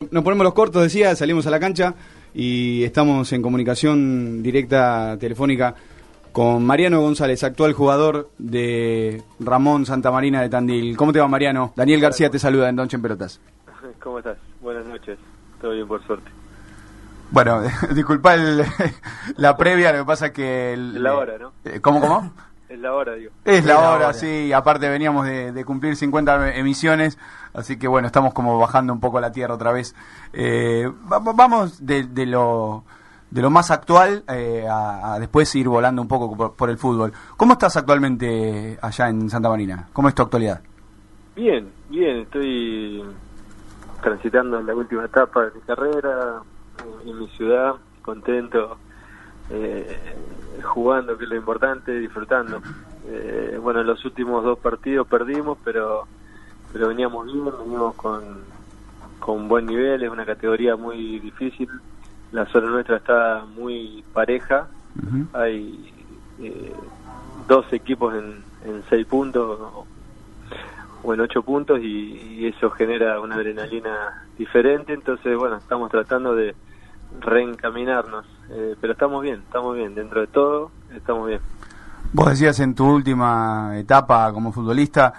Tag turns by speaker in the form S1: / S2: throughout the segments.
S1: Nos ponemos los cortos, decía, salimos a la cancha y estamos en comunicación directa telefónica con Mariano González, actual jugador de Ramón Santamarina de Tandil. ¿Cómo te va, Mariano? Daniel García te saluda en Noche en Pelotas.
S2: ¿Cómo estás? Buenas noches. Todo bien, por suerte.
S1: Bueno, disculpa la previa, lo que pasa es que...
S2: Es la hora, ¿no?
S1: ¿Cómo?
S2: Es la hora, digo.
S1: Es la hora, sí. Aparte veníamos de cumplir 50 emisiones, así que bueno, estamos como bajando un poco la tierra otra vez. Vamos de lo más actual a después ir volando un poco por el fútbol. ¿Cómo estás actualmente allá en Santa Marina? ¿Cómo es tu actualidad?
S2: Bien, estoy transitando la última etapa de mi carrera en mi ciudad, contento, jugando, que es lo importante, disfrutando. Bueno, en los últimos 2 partidos perdimos, pero veníamos bien, veníamos con buen nivel. Es una categoría muy difícil, la zona nuestra está muy pareja. Uh-huh. Hay 2 equipos en 6 puntos o en 8 puntos y eso genera una adrenalina diferente. Entonces, bueno, estamos tratando de reencaminarnos, pero estamos bien, dentro de todo estamos bien.
S1: Vos decías en tu última etapa como futbolista,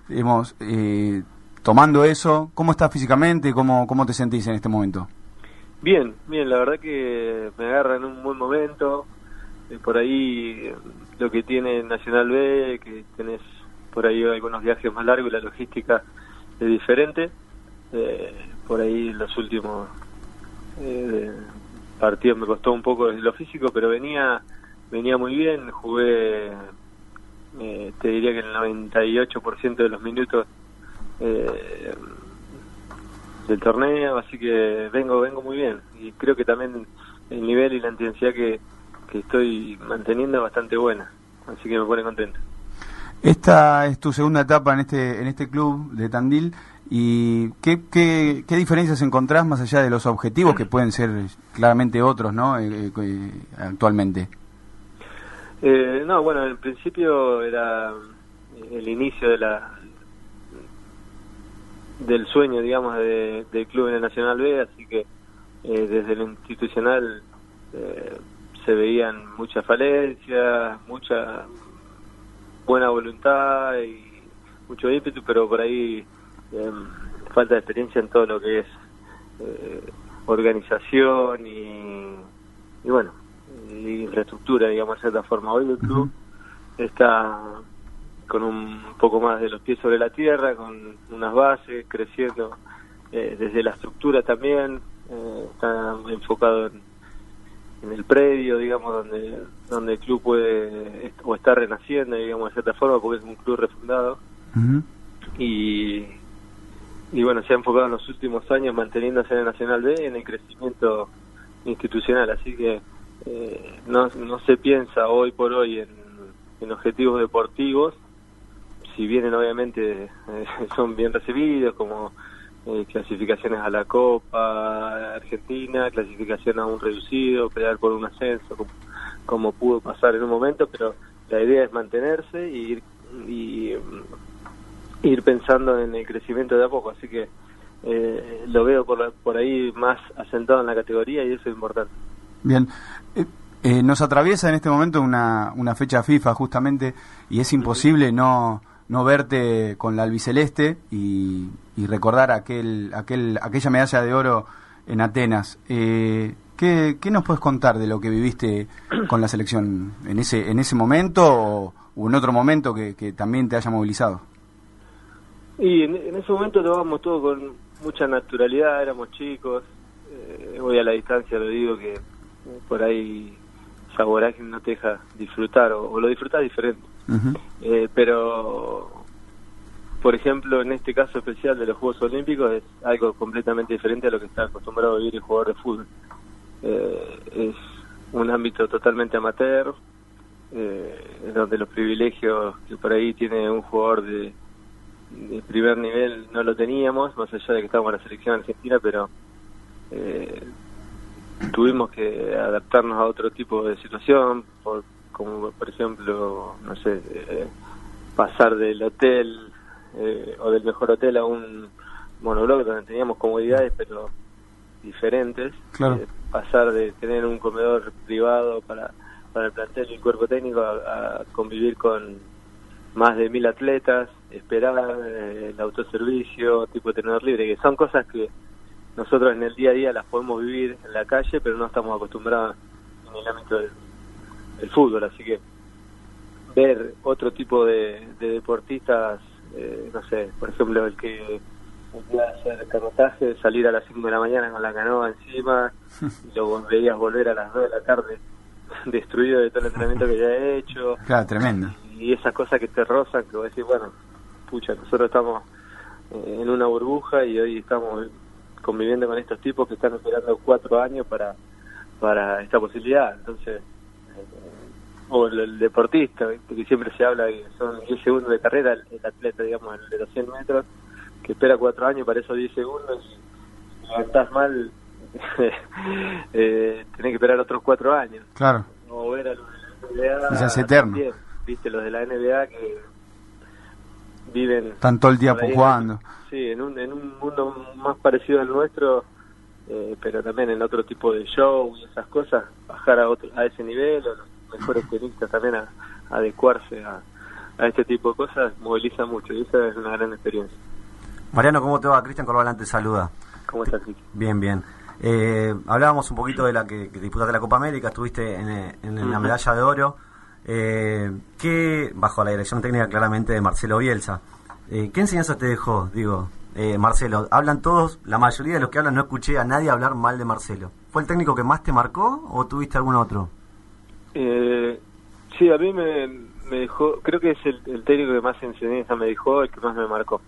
S1: tomando eso, ¿cómo estás físicamente? ¿Cómo te sentís en este momento?
S2: Bien, la verdad que me agarra en un buen momento. Por ahí lo que tiene Nacional B, que tenés por ahí algunos viajes más largos y la logística es diferente. Por ahí los últimos partidos me costó un poco lo físico, pero venía muy bien. Jugué, te diría que el 98% de los minutos del torneo, así que vengo muy bien y creo que también el nivel y la intensidad que estoy manteniendo es bastante buena, así que me pone contento.
S1: Esta es tu segunda etapa en este club de Tandil. ¿Y qué diferencias encontrás más allá de los objetivos que pueden ser claramente otros, ¿no? Actualmente.
S2: No, bueno, en principio era el inicio del sueño, digamos, del club en el Nacional B, así que desde lo institucional se veían muchas falencias, mucha buena voluntad y mucho ímpetu, pero por ahí falta de experiencia en todo lo que es organización y bueno, y infraestructura, digamos, de cierta forma. Hoy el club está con un poco más de los pies sobre la tierra, con unas bases, creciendo desde la estructura también, está enfocado en el predio, digamos, donde el club puede o está renaciendo, digamos, de cierta forma, porque es un club refundado. Uh-huh. Y bueno, se ha enfocado en los últimos años manteniéndose en el Nacional B en el crecimiento institucional, así que no se piensa hoy por hoy en objetivos deportivos, si vienen obviamente son bien recibidos, como clasificaciones a la Copa Argentina, clasificación a un reducido, pelear por un ascenso, como pudo pasar en un momento, pero la idea es mantenerse y ir pensando en el crecimiento de a poco, así que lo veo por ahí más asentado en la categoría y eso es importante.
S1: Bien, nos atraviesa en este momento una fecha FIFA justamente y es imposible no verte con la albiceleste y recordar aquella medalla de oro en Atenas. ¿Qué nos puedes contar de lo que viviste con la selección en ese momento o en otro momento que también te haya movilizado?
S2: Y en ese momento lo vamos todo con mucha naturalidad, éramos chicos, hoy a la distancia lo digo que por ahí esa vorágine no te deja disfrutar o lo disfrutas diferente. Uh-huh. Pero por ejemplo en este caso especial de los Juegos Olímpicos es algo completamente diferente a lo que está acostumbrado a vivir el jugador de fútbol. Es un ámbito totalmente amateur, donde los privilegios que por ahí tiene un jugador de primer nivel no lo teníamos, más allá de que estábamos en la selección argentina, pero tuvimos que adaptarnos a otro tipo de situación, como por ejemplo, no sé, pasar del hotel o del mejor hotel a un monobloc donde teníamos comodidades, pero diferentes.
S1: Claro.
S2: Pasar de tener un comedor privado para el plantel y el cuerpo técnico a convivir con más de 1000 atletas, esperar el autoservicio, tipo tenedor libre, que son cosas que nosotros en el día a día las podemos vivir en la calle, pero no estamos acostumbrados en el ámbito del fútbol, así que ver otro tipo de deportistas, no sé, por ejemplo el que va a hacer canotaje, salir a las 5 de la mañana con la canoa encima, y lo veías volver a las 2 de la tarde destruido de todo el entrenamiento que ya he hecho.
S1: Claro, tremendo.
S2: Y esas cosas que te rozan, que vos decís, bueno, pucha, nosotros estamos en una burbuja y hoy estamos conviviendo con estos tipos que están esperando 4 años para esta posibilidad. Entonces, o el deportista, ¿viste? Que siempre se habla que son 10 segundos de carrera, el atleta, digamos, el de los 100 metros, que espera 4 años para esos 10 segundos, y si levantás mal, tenés que esperar otros 4 años.
S1: Claro.
S2: O ver a los de la NBA.
S1: Se hace eterno.
S2: También, viste, los de la NBA que viven...
S1: Están todo el día jugando.
S2: Sí, en un mundo más parecido al nuestro, pero también en otro tipo de show y esas cosas, bajar a ese nivel, o los mejores tenistas también a adecuarse a este tipo de cosas, moviliza mucho y esa es una gran experiencia.
S3: Mariano, ¿cómo te va? Cristian Corbalán te saluda.
S2: ¿Cómo estás, Cristian?
S3: Bien, bien. Hablábamos un poquito de la que disputaste la Copa América, estuviste en la medalla de oro, que bajo la dirección técnica claramente de Marcelo Bielsa. ¿Qué enseñanza te dejó? Digo, Marcelo, hablan todos, la mayoría de los que hablan, no escuché a nadie hablar mal de Marcelo. ¿Fue el técnico que más te marcó o tuviste algún otro?
S2: Sí, a mí me dejó, creo que es el técnico que más enseñanza me dejó, el que más me marcó.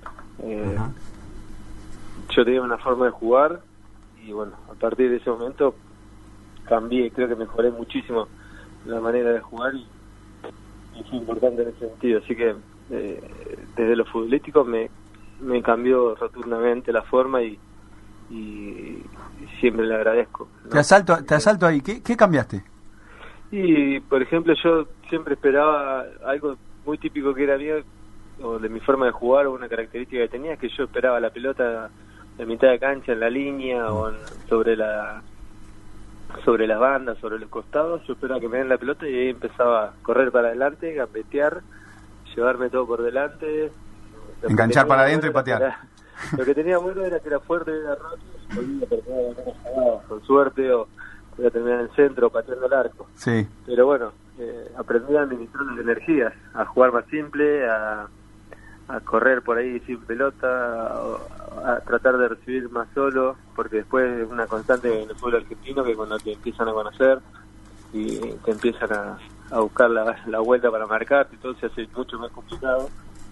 S2: Yo tenía una forma de jugar y bueno, a partir de ese momento cambié, creo que mejoré muchísimo la manera de jugar y fue importante en ese sentido, así que desde lo futbolístico me cambió rotundamente la forma y siempre le agradezco, ¿no?
S1: Te asalto ahí, ¿qué cambiaste?
S2: Y por ejemplo yo siempre esperaba algo muy típico que era mío, o de mi forma de jugar, o una característica que tenía, es que yo esperaba la pelota en mitad de cancha, en la línea, o sobre las bandas, sobre los costados. Yo esperaba que me den la pelota y ahí empezaba a correr para adelante, gambetear, llevarme todo por delante,
S1: enganchar para adentro y patear.
S2: Lo que tenía bueno era que era fuerte, era rápido, y podía terminar con suerte, o podía terminar en el centro, pateando el arco.
S1: Sí.
S2: Pero bueno, aprendí a administrar las energías, a jugar más simple, a correr por ahí sin pelota, a tratar de recibir más solo, porque después es una constante en el pueblo argentino que cuando te empiezan a conocer y te empiezan a buscar la vuelta para marcarte y todo se hace mucho más complicado.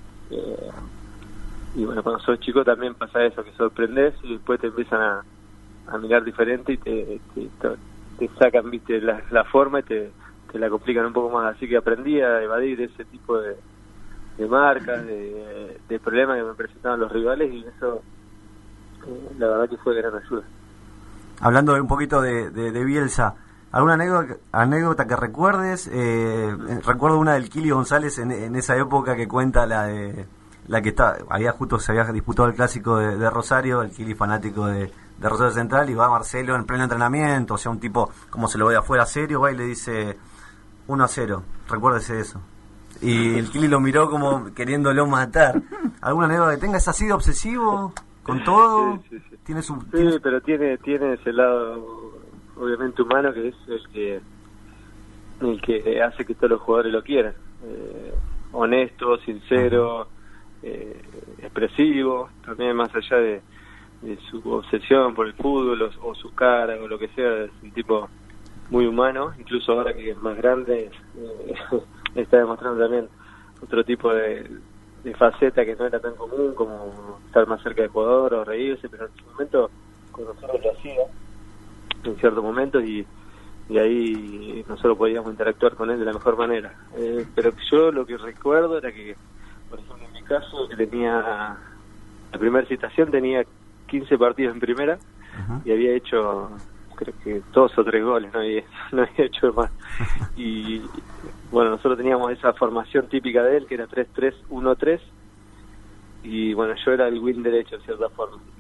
S2: Y bueno, cuando sos chico también pasa eso, que sorprendes y después te empiezan a mirar diferente y te sacan, viste, la forma y te la complican un poco más. Así que aprendí a evadir ese tipo de marcas, de problemas que me presentaban los rivales, y eso la verdad que fue de gran ayuda.
S3: Hablando un poquito de Bielsa, ¿alguna anécdota que recuerdes? Recuerdo una del Kili González en esa época que cuenta la que se había disputado el clásico de Rosario, el Kili fanático de Rosario Central, y va Marcelo en pleno entrenamiento, o sea, un tipo como se lo ve de afuera serio, va y le dice 1-0, recuérdese eso. Y el Kili lo miró como queriéndolo matar. ¿Alguna anécdota que tenga? ¿Es así de obsesivo con todo?
S2: Sí.
S3: ¿Tiene
S2: pero tiene ese lado obviamente humano, que es el que hace que todos los jugadores lo quieran. Honesto, sincero, expresivo, también más allá de su obsesión por el fútbol o su cara o lo que sea, es un tipo muy humano, incluso ahora que es más grande, está demostrando también otro tipo de faceta que no era tan común, como estar más cerca del jugador o reírse, pero en su momento con nosotros lo hacía en ciertos momentos y ahí nosotros podíamos interactuar con él de la mejor manera. Pero yo lo que recuerdo era que, por ejemplo, en mi caso, que tenía la primera citación, tenía 15 partidos en primera y había hecho, creo que 2 o 3 goles, no había hecho más. Y bueno, nosotros teníamos esa formación típica de él, que era 3-3-1-3, y bueno, yo era el wing derecho en cierta forma.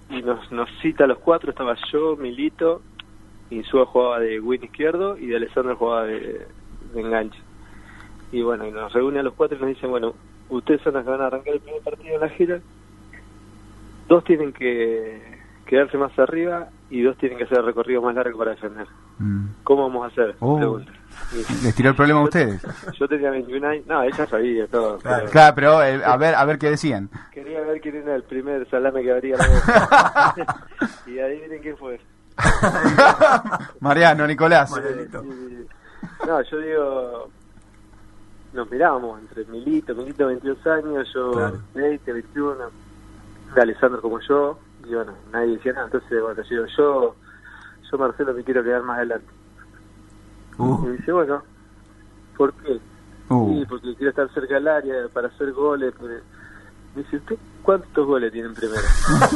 S2: y nos cita a los 4, estaba yo, Milito, Insúa jugaba de win izquierdo y de Alessandro jugaba de enganche. Y bueno, y nos reúne a los 4 y nos dicen, bueno, ustedes son los que van a arrancar el primer partido en la gira, 2 tienen que quedarse más arriba y 2 tienen que hacer el recorrido más largo para defender. ¿Cómo vamos a hacer? Pregunta.
S1: Les tiró el problema a ustedes.
S2: Yo tenía 21 años, no, ella sabía todo.
S1: Claro, pero a ver qué decían.
S2: Quería ver quién era el primer salame que abría la boca. Y adivinen quién fue.
S1: Mariano, Nicolás.
S2: No, yo digo, nos mirábamos entre Milito 22 años, yo 20, 21, de Alessandro como yo, y bueno, nadie decía nada. Entonces, bueno, yo Marcelo, me quiero quedar más adelante. Y dice, bueno, ¿por qué? Sí, porque quiero estar cerca del área para hacer goles. Me dice, ¿usted cuántos goles tiene en primera?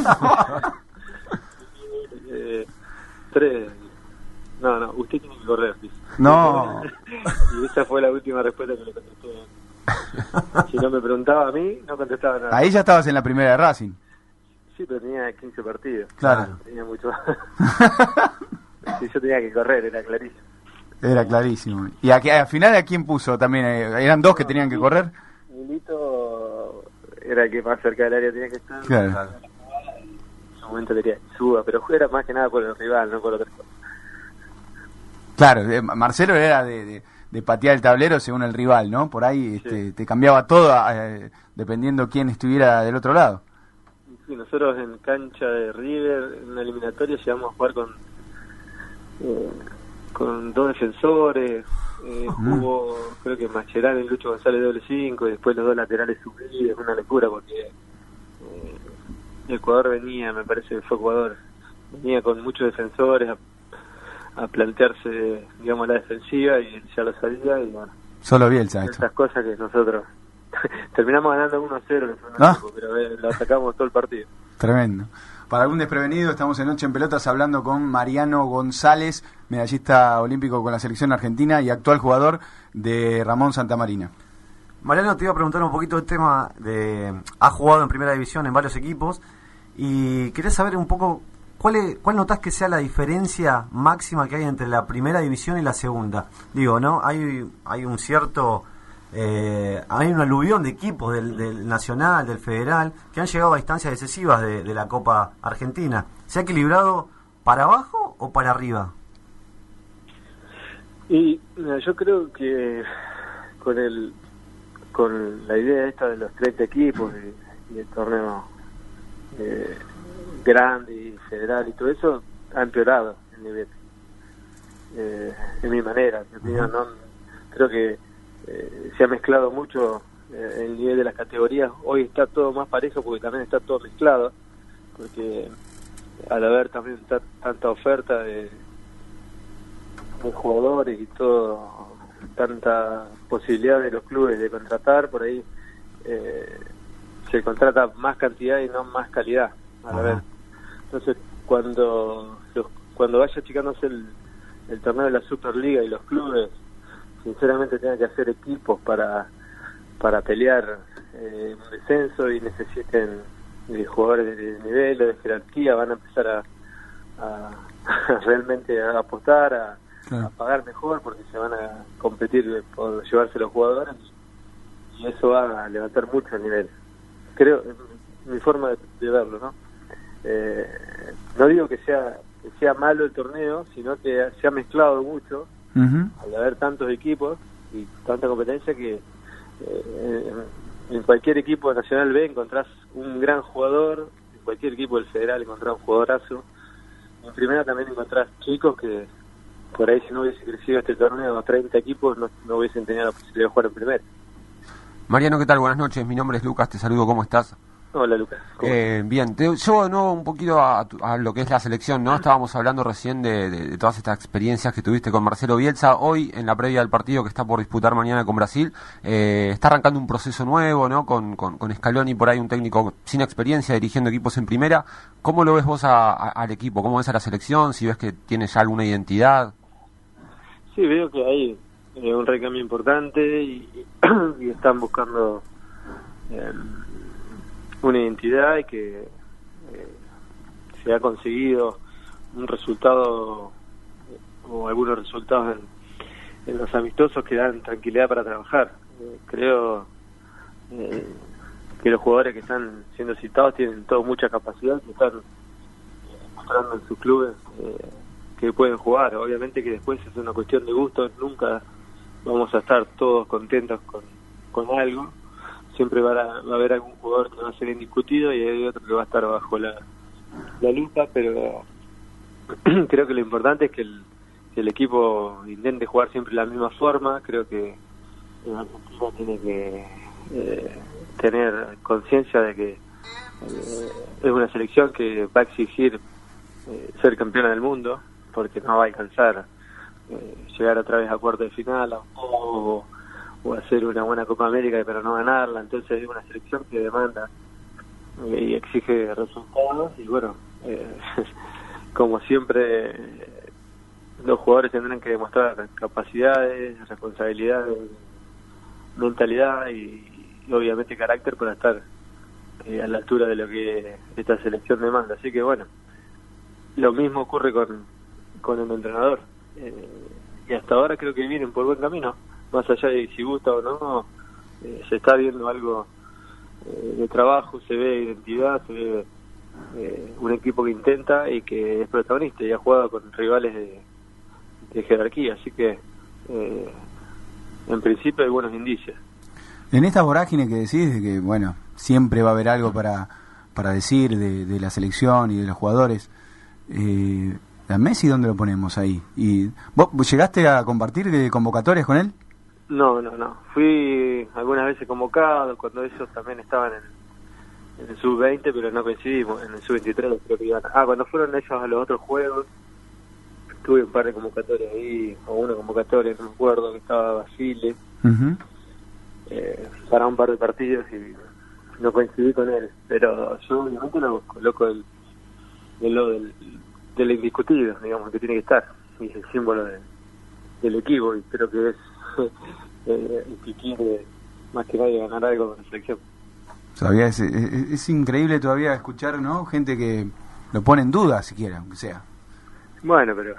S2: 3. No, usted tiene que correr, dice.
S1: No.
S2: Y esa fue la última respuesta que le contestó. Si no me preguntaba a mí, no contestaba nada.
S1: Ahí ya estabas en la primera de Racing.
S2: Sí, pero tenía 15 partidos.
S1: Claro.
S2: Tenía mucho más. Sí, yo tenía que correr, era clarísimo.
S1: Era clarísimo. ¿Y al final a quién puso también? ¿Eran 2 que tenían que correr?
S2: Milito era el que más cerca del área tenía que estar.
S1: Claro.
S2: En su momento quería suba, pero era más que nada por el rival, no por otras cosas.
S1: Claro, Marcelo era de patear el tablero según el rival, ¿no? Por ahí te cambiaba todo dependiendo quién estuviera del otro lado.
S2: Sí, nosotros en cancha de River, en la eliminatoria, llegamos a jugar con 2 defensores, jugó creo que Mascherano y Lucho González doble 5, y después los 2 laterales subidos, una locura porque Ecuador venía, me parece que fue Ecuador, venía con muchos defensores a plantearse, digamos, la defensiva, y ya lo sabía, y bueno,
S1: solo Bielsa
S2: estas cosas que nosotros terminamos ganando 1-0 en el segundo tiempo, pero lo atacamos todo el partido.
S1: Tremendo. Para algún desprevenido, estamos en Noche en Pelotas hablando con Mariano González, medallista olímpico con la selección argentina y actual jugador de Ramón Santamarina.
S3: Mariano, te iba a preguntar un poquito el tema de... Has jugado en primera división en varios equipos y quería saber un poco cuál notás que sea la diferencia máxima que hay entre la primera división y la segunda. Digo, ¿no? Hay un cierto... hay un aluvión de equipos del Nacional, del Federal, que han llegado a instancias decisivas de la Copa Argentina. ¿Se ha equilibrado para abajo o para arriba?
S2: Y mira, yo creo que con la idea esta de los 30 equipos y el torneo grande y federal y todo eso, ha empeorado el nivel. En mi manera, en mi opinión, ¿no? Creo que se ha mezclado mucho el nivel de las categorías. Hoy está todo más parejo porque también está todo mezclado, porque al haber también tanta oferta de jugadores y todo, tanta posibilidad de los clubes de contratar, por ahí se contrata más cantidad y no más calidad a la vez. Entonces cuando vaya achicándose el torneo de la Superliga y los clubes sinceramente tengan que hacer equipos para pelear un descenso y necesiten jugadores de nivel o de jerarquía, van a empezar a realmente a apostar, a pagar mejor porque se van a competir por llevarse los jugadores, y eso va a levantar mucho el nivel. Creo, mi forma de verlo, ¿no? No digo que sea malo el torneo, sino que se ha mezclado mucho al haber tantos equipos y tanta competencia que en cualquier equipo nacional B encontrás un gran jugador, en cualquier equipo del federal encontrás un jugadorazo, en primera también encontrás chicos que por ahí si no hubiese crecido este torneo 30 equipos no hubiesen tenido la posibilidad de jugar en primera.
S4: Mariano, ¿qué tal? Buenas noches, mi nombre es Lucas, te saludo, ¿cómo estás?
S2: Hola Lucas.
S4: Bien, te llevo de nuevo un poquito a lo que es la selección, ¿no? Estábamos hablando recién de todas estas experiencias que tuviste con Marcelo Bielsa. Hoy, en la previa del partido que está por disputar mañana con Brasil, está arrancando un proceso nuevo, ¿no? Con Scaloni, por ahí un técnico sin experiencia dirigiendo equipos en primera. ¿Cómo lo ves vos al equipo? ¿Cómo ves a la selección? Si ves que tiene ya alguna identidad.
S2: Sí, veo que hay un recambio importante y están buscando una identidad y que se ha conseguido un resultado o algunos resultados en los amistosos que dan tranquilidad para trabajar. Creo que los jugadores que están siendo citados tienen toda mucha capacidad, que están mostrando en sus clubes que pueden jugar. Obviamente que después es una cuestión de gusto, nunca vamos a estar todos contentos con algo. Siempre va a haber algún jugador que va a ser indiscutido y hay otro que va a estar bajo la lupa, pero creo que lo importante es que el equipo intente jugar siempre de la misma forma. Creo que el Argentina tiene que tener conciencia de que es una selección que va a exigir ser campeona del mundo, porque no va a alcanzar llegar otra vez a cuarto de final o hacer una buena Copa América pero no ganarla. Entonces es una selección que demanda y exige resultados, y bueno, como siempre los jugadores tendrán que demostrar capacidades, responsabilidades, mentalidad y obviamente carácter para estar a la altura de lo que esta selección demanda. Así que bueno, lo mismo ocurre con el entrenador, y hasta ahora creo que vienen por buen camino, más allá de si gusta o no. Se está viendo algo de trabajo, se ve identidad, se ve un equipo que intenta y que es protagonista y ha jugado con rivales de jerarquía, así que en principio hay buenos indicios.
S1: En esta vorágine que decís de que, bueno, siempre va a haber algo para decir de la selección y de los jugadores, ¿a Messi dónde lo ponemos ahí? ¿Y vos llegaste a compartir convocatorias con él?
S2: No. Fui algunas veces convocado cuando ellos también estaban en el sub-20, pero no coincidimos. En el sub-23 creo que iban. Cuando fueron ellos a los otros juegos, tuve un par de convocatorias ahí, o una convocatoria, no me acuerdo, que estaba Basile, para un par de partidos y no coincidí con él. Pero yo obviamente lo coloco de lo indiscutido, digamos, que tiene que estar, y es el símbolo del equipo, y creo que es el que quiere más que nadie ganar algo con la selección.
S1: Todavía es increíble todavía escuchar, ¿no? Gente que lo pone en duda siquiera, aunque sea.
S2: Bueno, pero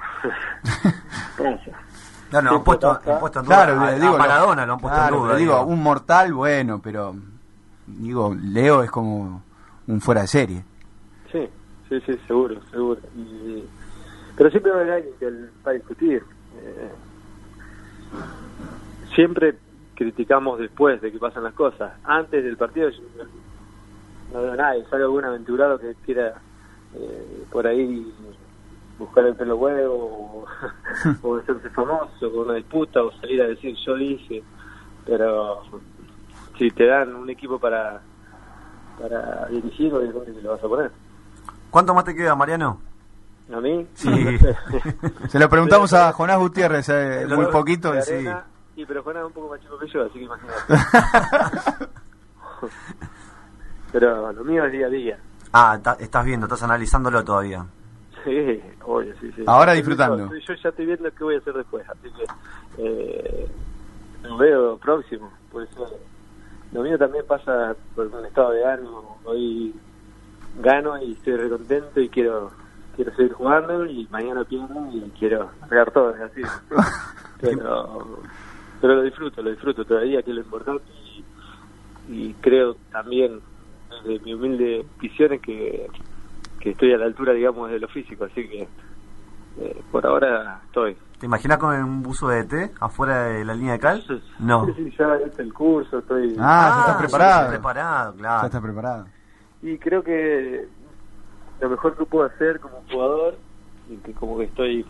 S3: no, han puesto en duda.
S1: Claro, digo,
S3: Maradona lo han puesto en duda.
S1: Digo, un mortal, bueno, pero digo, Leo es como un fuera de serie.
S2: Sí, seguro. Pero siempre va a haber alguien que va a discutir. Siempre criticamos después de que pasan las cosas. Antes del partido yo no veo a nadie, salvo algún aventurado que quiera por ahí buscar el pelo huevo o hacerse famoso con una disputa o salir a decir yo dije. Pero si te dan un equipo para dirigir, obviamente que lo vas a poner.
S3: ¿Cuánto más te queda, Mariano?
S2: ¿A mí?
S3: Sí.
S1: Se lo preguntamos a Jonás Gutiérrez muy poquito.
S2: Sí, pero Jonás es un poco más chico que yo, así que imagínate. Pero lo mío es día a día.
S3: Estás viendo, estás analizándolo todavía.
S2: Sí, obvio, sí.
S1: Ahora disfrutando.
S2: Yo ya estoy viendo qué voy a hacer después, así que lo veo próximo. Pues lo mío también pasa por un estado de ánimo. Hoy gano y estoy re contento y quiero seguir jugando, y mañana pierdo y quiero pegar todo, es así. Pero lo disfruto todavía, que es lo importante, y creo también, desde mi humilde visión, es que estoy a la altura, digamos, de lo físico, así que por ahora estoy.
S3: ¿Te imaginas con un buzo de té afuera de la línea de cal? No.
S2: Sí, ya hice el curso, estoy...
S1: ya estás preparado.
S3: Claro.
S1: Ya estás preparado.
S2: Y creo que lo mejor que puedo hacer como jugador, y que como que estoy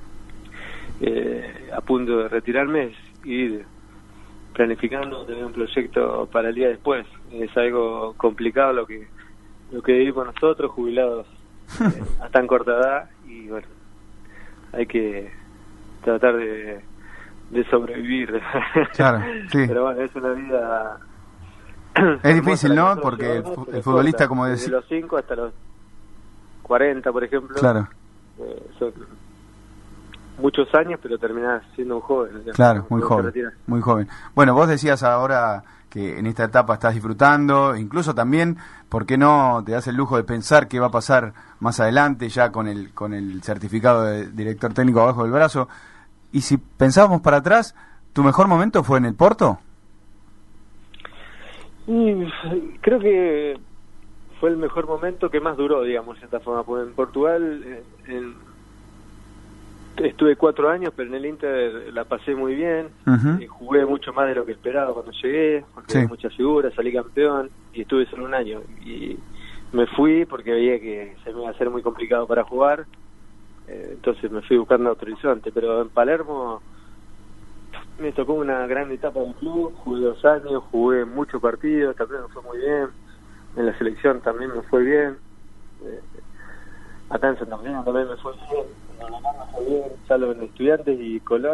S2: a punto de retirarme, es ir planificando tener un proyecto para el día después. Es algo complicado lo que vivimos nosotros, jubilados a tan corta edad, y bueno, hay que tratar de sobrevivir.
S1: Claro, sí.
S2: Pero bueno, es una vida...
S1: Es difícil, ¿no? Porque el futbolista, como decía...
S2: Desde los 5 hasta los 40, por ejemplo.
S1: Claro.
S2: Son muchos años, pero terminás siendo un joven. O sea,
S1: Claro, muy
S2: cuando te
S1: joven,
S2: retiras.
S1: muy joven. Bueno, vos decías ahora que en esta etapa estás disfrutando, incluso también, ¿por qué no te das el lujo de pensar qué va a pasar más adelante ya con el certificado de director técnico abajo del brazo? Y si pensábamos para atrás, ¿tu mejor momento fue en el Porto?
S2: Y creo que fue el mejor momento que más duró, digamos, de cierta forma, porque en Portugal estuve 4 años, pero en el Inter la pasé muy bien.
S1: Uh-huh.
S2: Jugué mucho más de lo que esperaba cuando llegué, porque había muchas figuras, salí campeón y estuve solo un año. Y me fui porque veía que se me iba a hacer muy complicado para jugar, entonces me fui buscando otro horizonte. Pero en Palermo me tocó una gran etapa del club, jugué 2 años, jugué muchos partidos, también me fue muy bien. En la selección también me fue bien. Acá en San Antonio también me fue bien. En la me fue bien, salvo en Estudiantes y Colón.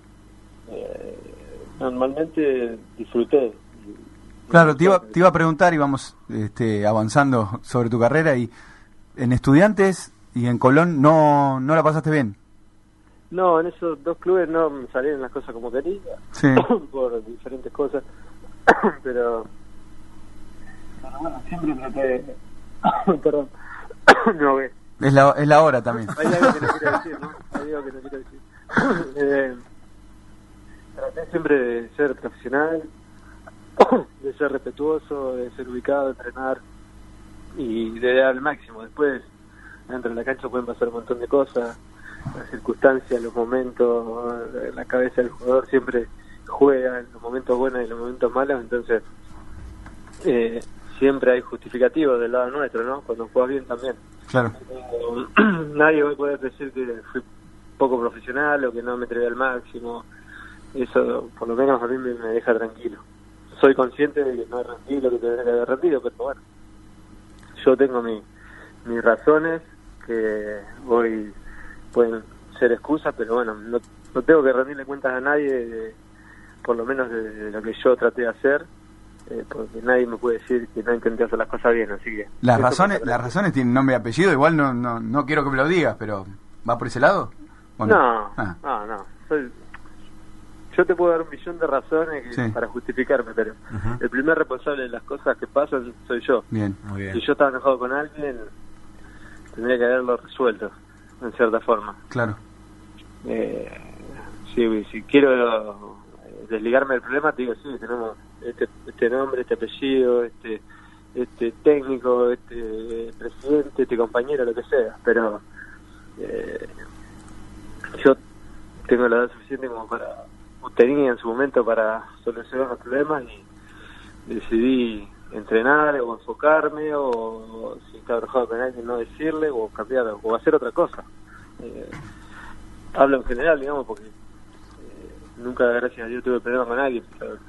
S2: Normalmente disfruté.
S1: Claro, te iba a preguntar, y vamos avanzando sobre tu carrera, y en Estudiantes y en Colón no la pasaste bien.
S2: No, en esos 2 clubes no me salieron las cosas como quería,
S1: sí.
S2: Por diferentes cosas, pero bueno, siempre traté, perdón, no ve.
S1: Es la hora también.
S2: Hay algo que no quiero decir, ¿no? Hay algo que no quiero decir. Traté siempre de ser profesional, de ser respetuoso, de ser ubicado, de entrenar y de dar al máximo. Después, dentro de la cancha pueden pasar un montón de cosas, las circunstancias, los momentos, la cabeza del jugador siempre juega en los momentos buenos y en los momentos malos, entonces siempre hay justificativos del lado nuestro, ¿no? Cuando juegas bien también.
S1: Claro.
S2: Nadie va a poder decir que fui poco profesional o que no me entregué al máximo. Eso, por lo menos, a mí me deja tranquilo. Soy consciente de que no he rendido lo que tendría que haber rendido, pero bueno, yo tengo mis razones que hoy pueden ser excusas, pero bueno, no tengo que rendirle cuentas a nadie, por lo menos de lo que yo traté de hacer. Porque nadie me puede decir que no intenté hacer las cosas bien, así que
S1: las razones tienen nombre y apellido. Igual no quiero que me lo digas, pero ¿va por ese lado? ¿O no?
S2: No. Yo te puedo dar 1.000.000 de razones para justificarme, pero el primer responsable de las cosas que pasan soy yo.
S1: Bien, muy bien.
S2: Si yo estaba enojado con alguien, tendría que haberlo resuelto en cierta forma.
S1: Claro.
S2: Si quiero desligarme del problema, te digo, sí, tenemos este nombre, este apellido, este técnico, este presidente, este compañero, lo que sea, pero yo tengo la edad suficiente como tenía en su momento para solucionar los problemas, y decidí entrenar o enfocarme, o si estaba enojado con alguien no decirle, o cambiar o hacer otra cosa. Hablo en general, digamos, porque nunca, gracias a Dios, tuve problemas con alguien,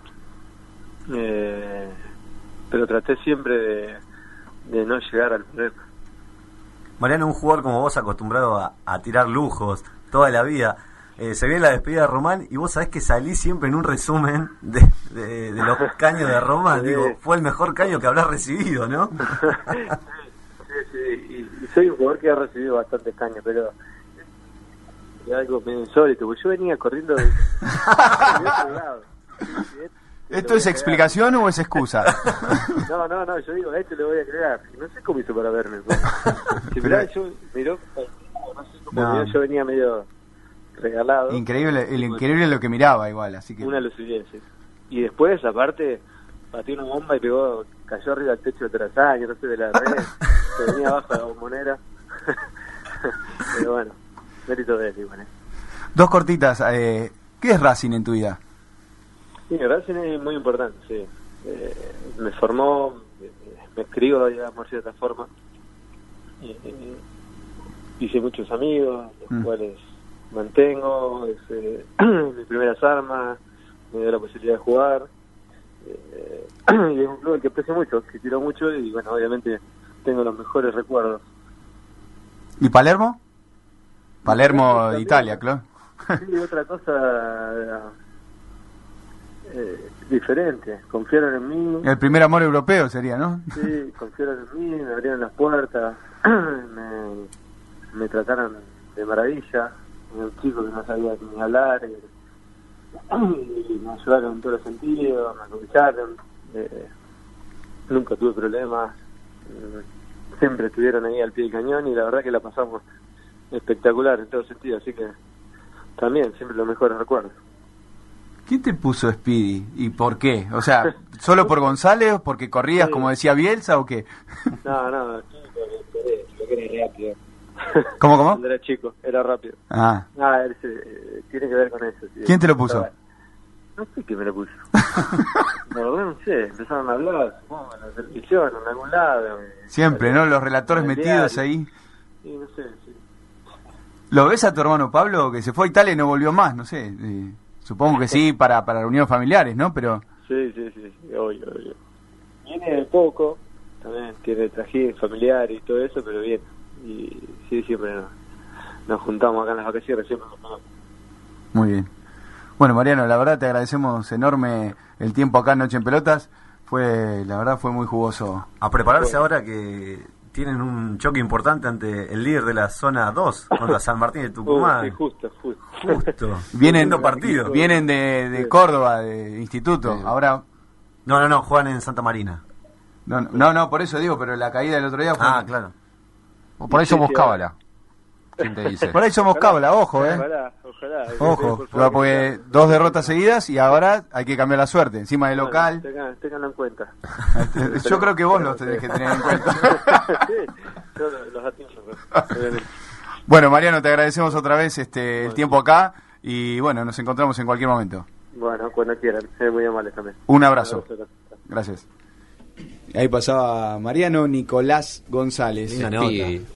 S2: pero traté siempre de no llegar al problema.
S3: Mariano, un jugador como vos, acostumbrado a tirar lujos toda la vida, se viene la despedida de Román y vos sabés que salís siempre en un resumen de los caños de Román.
S2: Sí.
S3: Digo, fue el mejor caño que habrás recibido, ¿no?
S2: Sí. Y soy un jugador que ha recibido bastantes caños, pero es algo medio insólito, porque yo venía corriendo de otro lado.
S1: ¿Esto es explicación o es excusa?
S2: No, yo digo, a este le voy a crear. No sé cómo hizo para verme. Si mirá, yo miró, no sé cómo miró, yo venía medio regalado.
S1: Increíble lo que miraba igual, así que...
S2: Una lucidez, sí. Y después, aparte, pateó una bomba y cayó arriba del techo de trasaño, no sé, de la red, se venía abajo de la bombonera. Pero bueno, mérito de él, igual.
S1: 2 cortitas, ¿qué es Racing en tu vida?
S2: Sí, Racing es muy importante, sí. Me formó, me crió, digamos, de cierta forma. Hice muchos amigos, los cuales mantengo, mis primeras armas, me dio la posibilidad de jugar. Y es un club al que aprecio mucho, que tiró mucho, y bueno, obviamente tengo los mejores recuerdos.
S1: ¿Y Palermo? Palermo de Italia, claro.
S2: Sí, otra cosa diferente, confiaron en mí.
S1: El primer amor europeo sería, ¿no?
S2: Sí, confiaron en mí, me abrieron las puertas, me trataron de maravilla, era un chico que no sabía ni hablar, y me ayudaron en todos los sentidos, me acompañaron, nunca tuve problemas, siempre estuvieron ahí al pie del cañón y la verdad que la pasamos espectacular en todos sentidos, así que también siempre los mejores recuerdos.
S1: ¿Quién te puso Speedy y por qué? O sea, ¿solo por González, porque corrías
S2: Sí.
S1: como decía Bielsa o qué?
S2: No, chico, lo que era rápido.
S1: ¿Cómo?
S2: Cuando era chico, era rápido.
S1: Ah,
S2: Tiene que ver con eso. Sí.
S1: ¿quién te lo puso?
S2: No sé quién me lo puso. La verdad no sé, empezaron a hablar, supongo, en la televisión, en algún lado.
S1: Siempre, ¿no? Los relatores
S2: en el
S1: metidos
S2: diario.
S1: ahí.
S2: Sí, no sé, sí.
S1: ¿Lo ves a tu hermano Pablo que se fue a Italia y no volvió más? No sé. Supongo que sí para reuniones familiares, ¿no? Pero
S2: Sí, obvio. Viene de poco, también tiene trajín familiar y todo eso, pero bien. Y sí, siempre nos juntamos acá en las vacaciones, siempre nos juntamos.
S1: muy bien. Bueno, Mariano, la verdad te agradecemos enorme el tiempo acá en Noche en Pelotas. La verdad fue muy jugoso.
S3: A prepararse ahora que tienen un choque importante ante el líder de la zona 2 contra San Martín de Tucumán.
S2: Sí, justo.
S3: Justo.
S1: Vienen
S3: Lindo partido.
S1: Vienen de Córdoba, de instituto.
S4: Sí.
S1: Ahora
S3: No, juegan en Santa Marina.
S1: no, por eso digo, pero la caída del otro día fue.
S3: Claro.
S4: O por ahí somos cábala. ¿Quién te dice?
S1: Por ahí somos cábala, ojo,
S2: Ojalá.
S1: Ojo,
S2: Por favor,
S1: porque 2 derrotas seguidas y ahora hay que cambiar la suerte. Encima de local.
S2: Ténganlo en cuenta.
S1: Yo creo que vos los tenés que tener en cuenta.
S2: Sí, yo los atiendo, obviamente.
S1: Bueno, Mariano, te agradecemos otra vez el tiempo acá y bueno, nos encontramos en cualquier momento.
S2: Bueno, cuando quieran, muy amables también.
S1: Un abrazo. Gracias. Ahí pasaba Mariano Nicolás González.
S3: Linda nota.
S4: Speedy.